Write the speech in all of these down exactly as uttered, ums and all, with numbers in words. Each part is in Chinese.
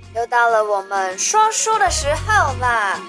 又到了我们说书的时候啦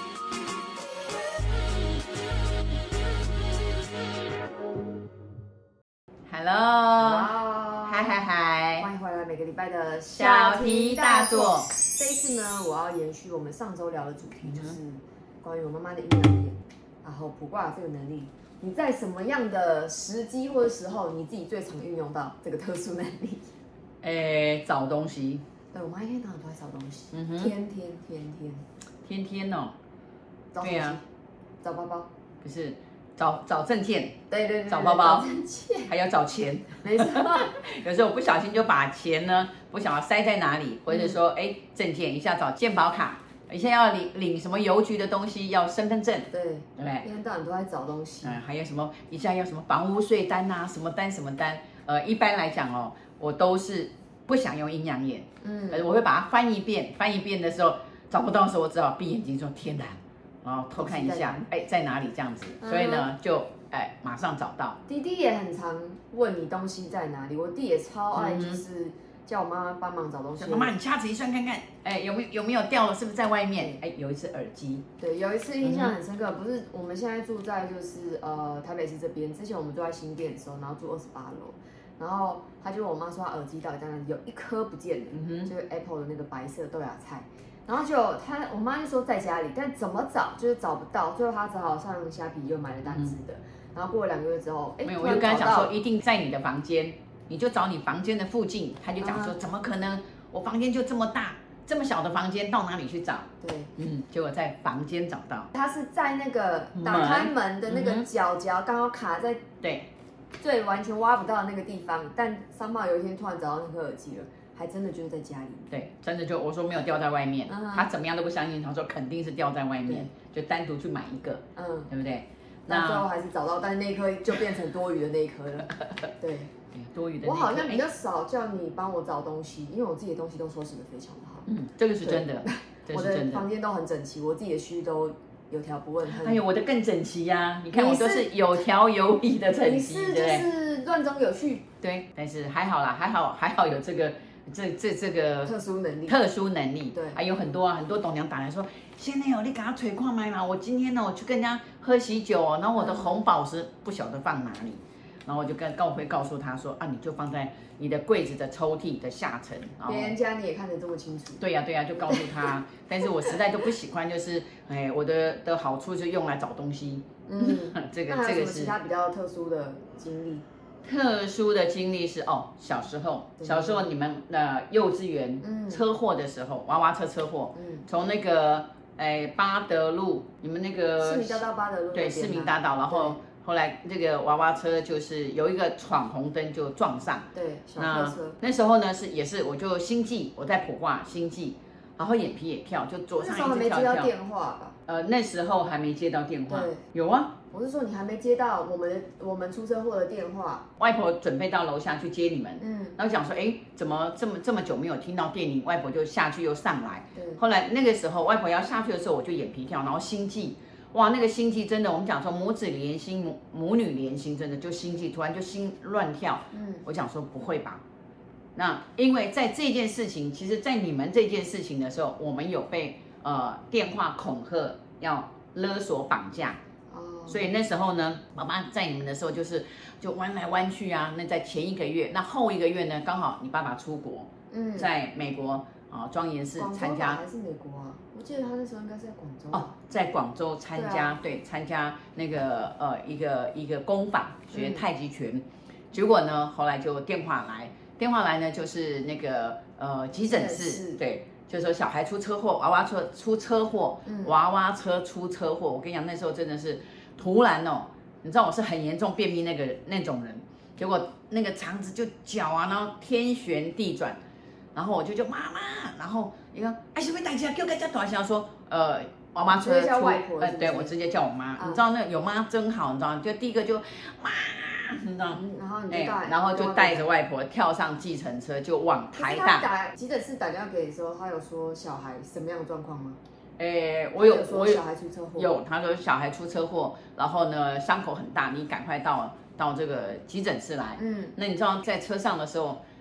！Hello， 嗨嗨嗨， 欢迎回来每个礼拜的小题大做。 这一次呢，我要延续我们上周聊的主题，就是关于我妈妈的阴阳眼，然后卜卦这个能力。你在什么样的时机或者时候，你自己最常运用到这个特殊能力？ 诶，找东西。 对，我妈一天到晚都在找东西， 嗯哼， 天天天天天天哦， 找东西，啊、找包包， 不是找找证件， 对对 对, 对， 找包包， 找证件， 还要找钱， 没错。 有时候我不小心就把钱呢，不晓得塞在哪里，或者说哎、嗯，证件一下找健保卡，一下要领领什么邮局的东西，要身份证， 对， 对不对？ 一天到晚都在找东西， 嗯，还有什么一下要什么房屋税单啊，什么单什么单，呃，一般来讲哦，我都是不想用阴阳眼。嗯，我会把它翻一遍，翻一遍的时候找不到的时候，我只好闭眼睛说天哪，然后偷看一下，哎，在哪里这样子，所以呢，就哎马上找到。 弟弟也很常问你东西在哪里，我弟也超爱，就是叫我妈妈帮忙找东西。 妈妈，你掐指一算看看，哎，有没有有没有掉了？是不是在外面？哎，有一次耳机， 对，有一次印象很深刻，不是我们现在住在就是呃台北市这边，之前我们住在新店的时候，然后住二十八楼。然后他就问我妈说，他耳机到底在哪里？有一颗不见了，嗯、就是 Apple 的那个白色豆芽菜。然后就他，我妈就说在家里，但怎么找就是找不到。最后他只好上虾皮又买了单只的。嗯、然后过了两个月之后，哎， 没有，我就跟他讲说，一定在你的房间，你就找你房间的附近。他就讲说，怎么可能？我房间就这么大，这么小的房间，到哪里去找？ 对， 嗯，结果在房间找到。 他是在那个打开门的那个角角，刚好卡在对。 最完全挖不到的那个地方，但三宝有一天突然找到那颗耳机了，还真的就是在家里。 对，真的就我说没有掉在外面，嗯、他怎么样都不相信，他说肯定是掉在外面，就单独去买一个，嗯，对不对？ 那最后还是找到，但是那一颗就变成多余的那一颗了。对， 多余的那一颗。 我好像比较少叫你帮我找东西，因为我自己的东西都收拾得非常的好。 嗯，这个是真的， 我的房间都很整齐，我自己的虚都有条不紊。 哎呦，我的更整齐呀、啊！你看我都是有条有理的整齐， 对不对？你是就是乱中有序。 对，但是还好啦，还好还好有这个这这这个特殊能力， 特殊能力。 对， 还有很多啊，很多董娘打来说，现在有你给他腿矿买嘛？我今天呢，我去跟人家喝喜酒哦，然后我的红宝石不晓得放哪里。然后我就跟告会告诉他说啊，你就放在你的柜子的抽屉的下层。 别人家你也看得这么清楚。 对呀、啊、对呀、啊，就告诉他。但是我实在都不喜欢，就是哎，我的的好处是用来找东西。嗯，这个这个是其他比较特殊的经历。 特殊的经历是哦，小时候小时候你们的幼稚园、嗯、车祸的时候，娃娃车车祸，嗯、从那个哎八德路，你们那个市民大道八德路对市民大道，然后。后来这个娃娃车就是有一个闯红灯就撞上， 对，小客车。 那时候呢是也是我就心悸，我在卜卦心悸，然后眼皮也跳，就左上一直跳跳。 那时候还没接到电话吧？ 呃，那时候还没接到电话。 对， 有啊。 我是说你还没接到我们我们出车祸的电话。 外婆准备到楼下去接你们，嗯，然后讲说，哎，怎么这么这么久没有听到电铃？外婆就下去又上来。对。后来那个时候外婆要下去的时候，我就眼皮跳，然后心悸。哇，那个心悸真的，我们讲说母子连心，母母女连心，真的就心悸，突然就心乱跳。嗯，我讲说不会吧？那因为在这件事情，其实，在你们这件事情的时候，我们有被呃电话恐吓，要勒索绑架。哦。所以那时候呢，妈妈在你们的时候就是就弯来弯去啊。那在前一个月，那后一个月呢，刚好你爸爸出国，嗯，在美国。啊，庄严寺参加还是美国啊？我记得他那时候应该是在广州哦，在广州参加，对,、啊、对，参加那个呃一个一个工坊学太极拳，嗯、结果呢后来就电话来，电话来呢就是那个呃急诊室，对，就说小孩出车祸，娃娃车出车祸，嗯、娃娃车出车祸，我跟你讲那时候真的是突然哦，你知道我是很严重便秘那个那种人，结果那个肠子就绞啊，然后天旋地转。然后我就叫妈妈，然后一个哎什么大家叫个叫大声说，呃，娃娃车出，呃，对我直接叫我妈，嗯、你知道那有妈真好，你知道，就第一个就妈，你知道， 嗯、然后你就带、 哎，然后就带着外婆跳上计程车就往台大。 他打急诊室打电话给的时候，他有说小孩什么样的状况吗？ 哎，我有我有小孩出车祸， 有他说小孩出车祸，然后呢伤口很大，你赶快到到这个急诊室来。嗯，那你知道在车上的时候。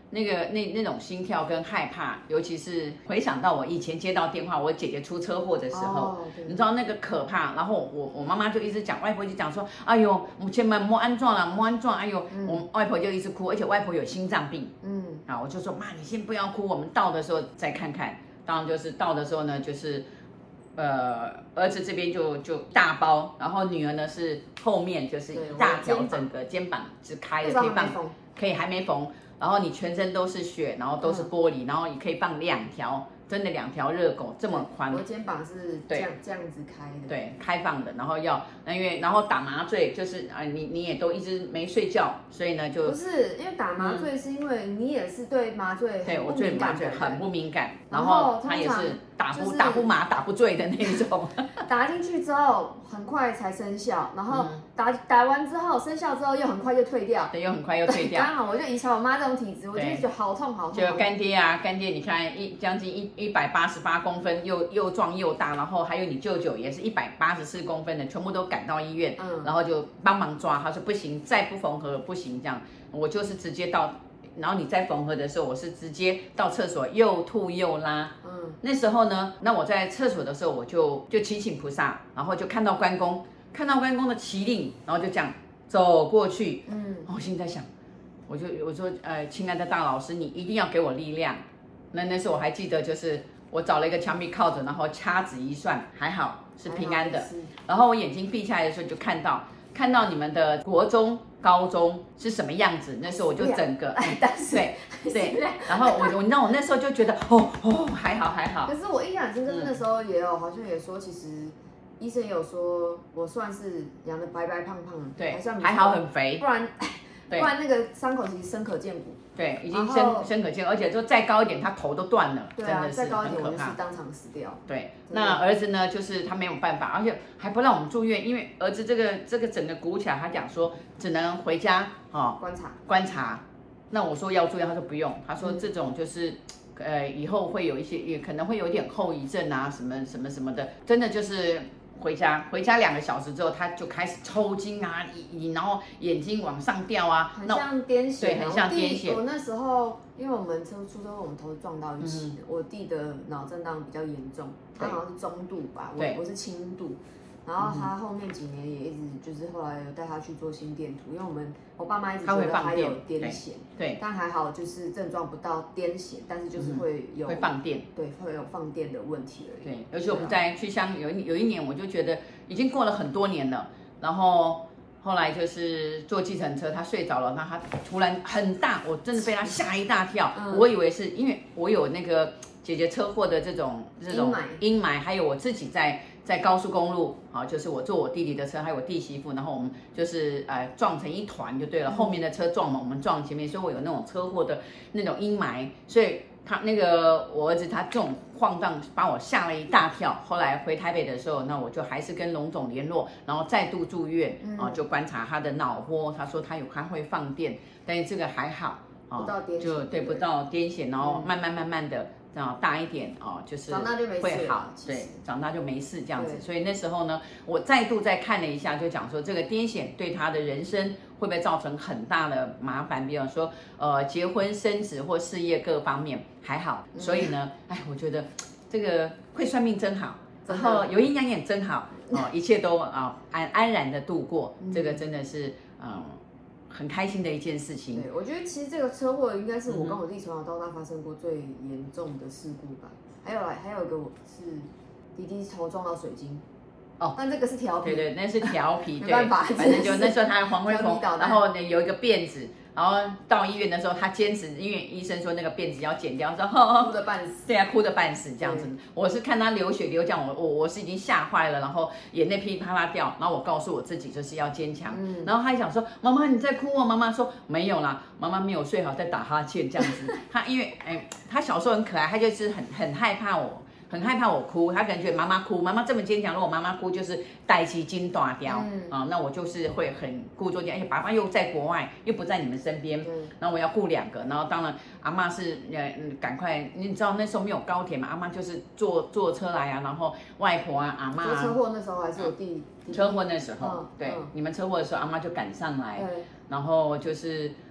那个那那种心跳跟害怕，尤其是回想到我以前接到电话，我姐姐出车祸的时候，哦、你知道那个可怕。然后我我妈妈就一直讲，外婆就讲说，哎呦，千万莫安撞了，莫安撞，哎呦，嗯、我外婆就一直哭，而且外婆有心脏病，嗯，啊，我就说妈，你先不要哭，我们到的时候再看看。当然就是到的时候呢，就是。呃，儿子这边就就大包，然后女儿呢是后面就是一大条，整个肩膀是开的，可以放，可以还没缝，然后你全身都是血，然后都是玻璃，嗯、然后也可以放两条，真的两条热狗这么宽。 我肩膀是这样这样子开的， 对，开放的，然后要那因为然后打麻醉，就是啊你你也都一直没睡觉，所以呢就不是因为打麻醉是因为你也是对麻醉对我对麻醉很不敏感，然后他也是。打不、就是、打不麻打不醉的那种， 打进去之后很快才生效，然后打、嗯、打完之后生效之后又很快就退掉， 对，又很快又退掉。 刚好我就遗传我妈这种体质，我就觉得好痛好痛。 就干爹啊，干爹，你看一将近一一百八十八公分，又又壮又大，然后还有你舅舅也是一百八十四公分的，全部都赶到医院，嗯、然后就帮忙抓，他说不行，再不缝合不行，这样我就是直接到。然后你在缝合的时候，我是直接到厕所又吐又拉。嗯，那时候呢，那我在厕所的时候，我就就祈请菩萨，然后就看到关公，看到关公的麒麟，然后就这样走过去。嗯，我心里在想，我就我说，呃，亲爱的大老师，你一定要给我力量。那那时候我还记得，就是我找了一个墙壁靠着，然后掐指一算，还好是平安的。然后我眼睛闭下来的时候，就看到看到你们的国中。高中是什么样子？那时候我就整个， 哎，但是对对，然后我我那我那时候就觉得，哦哦，还好还好。 可是我印象很深刻，那时候也有好像也说，其实医生也有说我算是养的白白胖胖的， 对， 还算还好很肥， 不然不然那个伤口其实深可见骨。 对，已经深深可见，而且就再高一点，他头都断了， 对啊， 真的是很可怕， 当场死掉。 对，那儿子呢，就是他没有办法，而且还不让我们住院，因为儿子这个这个整个鼓起来，他讲说只能回家哦观察观察。那我说要住院，他说不用，他说这种就是。嗯、呃，以后会有一些，也可能会有点后遗症啊，什么什么什么的，真的就是回家，回家两个小时之后，他就开始抽筋啊，然后眼睛往上掉啊， 很像癫痫， 对，很像癫痫。 我那时候，因为我们出出车祸，我们头撞到一起的，嗯、我弟的脑震荡比较严重，他好像是中度吧，我我是轻度。然后他后面几年也一直就是后来有带他去做心电图，因为我们我爸妈一直觉得他有癫痫， 对， 但还好就是症状不到癫痫，但是就是会有、 嗯、会放电， 对，会有放电的问题而已。 对，而且我们在去香有有一年，我就觉得已经过了很多年了，然后后来就是坐计程车，他睡着了，那他突然很大，我真的被他吓一大跳，嗯、我以为是因为我有那个姐姐车祸的这种这种阴霾，还有我自己在。在高速公路，好，就是我坐我弟弟的车，还有我弟媳妇，然后我们就是呃撞成一团就对了，后面的车撞嘛，我们撞前面，所以我有那种车祸的那种阴霾，所以他那个我儿子他这种晃荡把我吓了一大跳。后来回台北的时候，那我就还是跟龙总联络，然后再度住院，啊、嗯，就观察他的脑波，他说他有他会放电，但是这个还好， 啊， 就对不到癫痫，然后慢慢慢慢的。这样大一点哦，就是会好，对，长大就没事这样子。所以那时候呢，我再度再看了一下，就讲说这个癫痫对他的人生会不会造成很大的麻烦，比方说呃结婚生子或事业各方面还好。所以呢，哎，我觉得这个会算命真好，然后有阴阳眼真好哦，一切都啊安安然的度过，这个真的是嗯。很开心的一件事情。 对，我觉得其实这个车祸应该是我跟我弟从小到大发生过最严重的事故吧。还有还有一个我是弟弟头撞到水晶，哦，但这个是调皮， 对对，那是调皮， 没办法， 反正就那时候他黄飞鸿，然后呢有一个辫子。然后到医院的时候，他坚持，因为医生说那个辫子要剪掉，说呵哭的半死， 对啊，哭的半死这样子。我是看他流血流这样，我我我是已经吓坏了，然后眼泪噼里啪啦掉，然后我告诉我自己就是要坚强。嗯、然后他还想说，妈妈你在哭哦，妈妈说没有啦，妈妈没有睡好，在打哈欠这样子。他因为哎，他小时候很可爱，他就是很很害怕我。很害怕我哭，他可能觉得妈妈哭，妈妈这么坚强，如果妈妈哭就是代志金大掉，嗯、啊，那我就是会很故作坚强，而且爸爸又在国外，又不在你们身边，然后我要顾两个，然后当然阿嬷是呃赶快，你知道那时候没有高铁嘛，阿嬷就是坐坐车来啊，然后外婆啊阿嬷啊， 车祸那时候还是有弟， 车祸那时候， 嗯、 对、 嗯， 你们车祸的时候阿嬷就赶上来，然后就是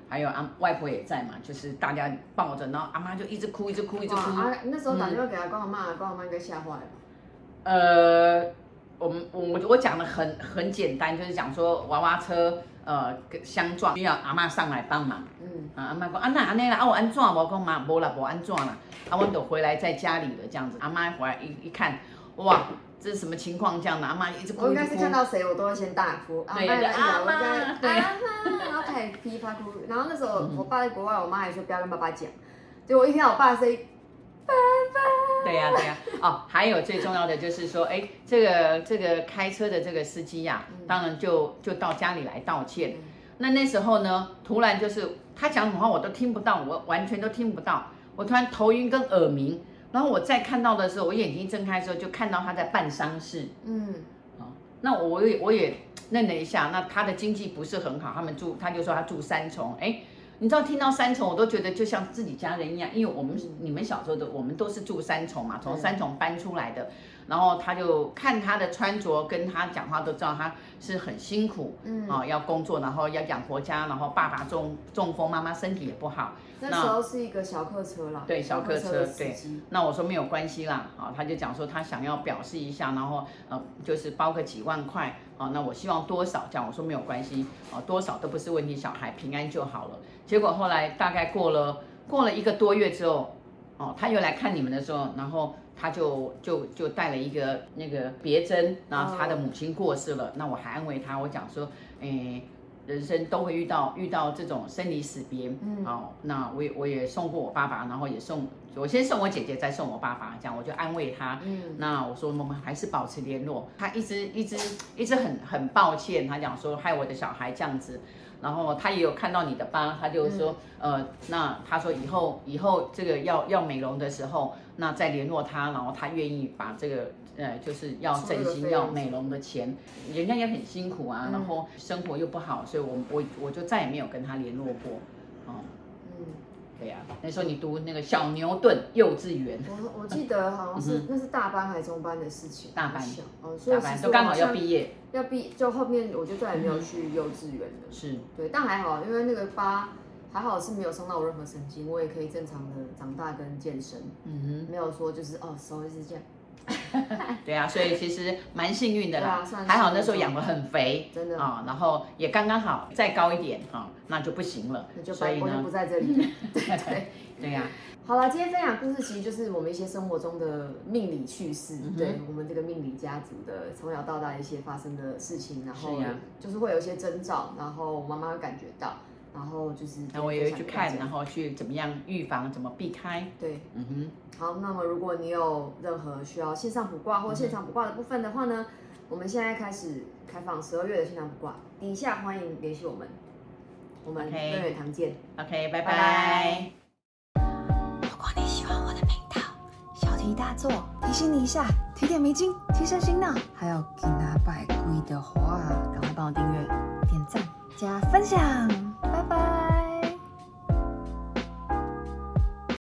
还有阿外婆也在嘛，就是大家抱着，然后阿妈就一直哭，一直哭，一直哭。 啊，那时候打电话给阿公阿妈，阿公阿妈应该吓坏了吧？ 呃，我们我我讲的很很简单，就是讲说娃娃车呃相撞，需要阿妈上来帮忙。嗯，啊阿妈讲啊那安尼啦，啊我安怎？我讲妈无啦，无安怎啦，啊我都回来在家里了这样子。阿妈回来一一看，哇！这是什么情况？这样的阿妈一直哭， 我应该是看到谁我都会先大哭。 对呀，阿妈， 对，然后开始噼啪哭。然后那时候我爸在国外，我妈还说不要跟爸爸讲。结果一听到我爸的声音，爸爸。 对呀对呀，哦，还有最重要的就是说，哎，这个这个开车的这个司机呀，当然就就到家里来道歉。那那时候呢，突然就是他讲什么话我都听不到，我完全都听不到，我突然头晕跟耳鸣。然后我再看到的时候，我眼睛睁开的时候，就看到他在办丧事。嗯，哦，那我也我也认了一下，那他的经济不是很好，他们住，他就说他住三重，哎，你知道听到三重，我都觉得就像自己家人一样，因为我们、嗯、你们小时候的我们都是住三重嘛，从三重搬出来的，然后他就看他的穿着跟他讲话都知道他是很辛苦，嗯，啊、哦，要工作，然后要养活家，然后爸爸中中风，妈妈身体也不好。 那时候是一个小客车啦， 对，小客车，对。那我说没有关系啦，啊，他就讲说他想要表示一下，然后呃，就是包个几万块，啊，那我希望多少这样，我说没有关系，啊，多少都不是问题，小孩平安就好了。结果后来大概过了过了一个多月之后，哦，他又来看你们的时候，然后他就就就带了一个那个别针，然后他的母亲过世了，那我还安慰他，我讲说，诶。人生都会遇到遇到这种生离死别，嗯，好，那我也我也送过我爸爸，然后也送，我先送我姐姐，再送我爸爸，这样我就安慰他，嗯，那我说我们还是保持联络，他一直一直一直很很抱歉，他讲说害我的小孩这样子，然后他也有看到你的疤，他就说，嗯、呃，那他说以后以后这个要要美容的时候，那再联络他，然后他愿意把这个。呃，就是要整形要美容的钱，人家也很辛苦啊，嗯、然后生活又不好，所以我我我就再也没有跟他联络过，哦，嗯，对呀、啊，那时候你读那个小牛顿幼稚园， 我我记得好像是、嗯、那是大班还是中班的事情， 大班， 哦，所以大班都刚好要毕业， 要毕就后面我就再也没有去幼稚园了， 是对，但还好，因为那个疤还好是没有伤到我任何神经，我也可以正常的长大跟健身，嗯哼，没有说就是哦手一直这样。 对啊，所以其实蛮幸运的啦，啊、还好那时候养得很肥， 真的啊、哦，然后也刚刚好，再高一点哈、哦，那就不行了， 那就所以呢， 我就不在这里了，对对对呀、啊。 好了，今天分享故事其实就是我们一些生活中的命理趣事，嗯、对我们这个命理家族的从小到大一些发生的事情，然后就是会有一些征兆，然后妈妈会感觉到。然后就是， 然后我也会去看，然后去怎么样预防，怎么避开。 对，嗯哼。好，那么如果你有任何需要线上卜卦或现场卜卦的部分的话呢，嗯、我们现在开始开放十二月的线上卜卦，底下欢迎联系我们，我们任远堂见。 OK， 拜拜。 如果你喜欢我的频道，小题大做，提醒你一下，提点迷津，提升心脑。还有给拿百贵的话，赶快帮我订阅、点赞、加分享。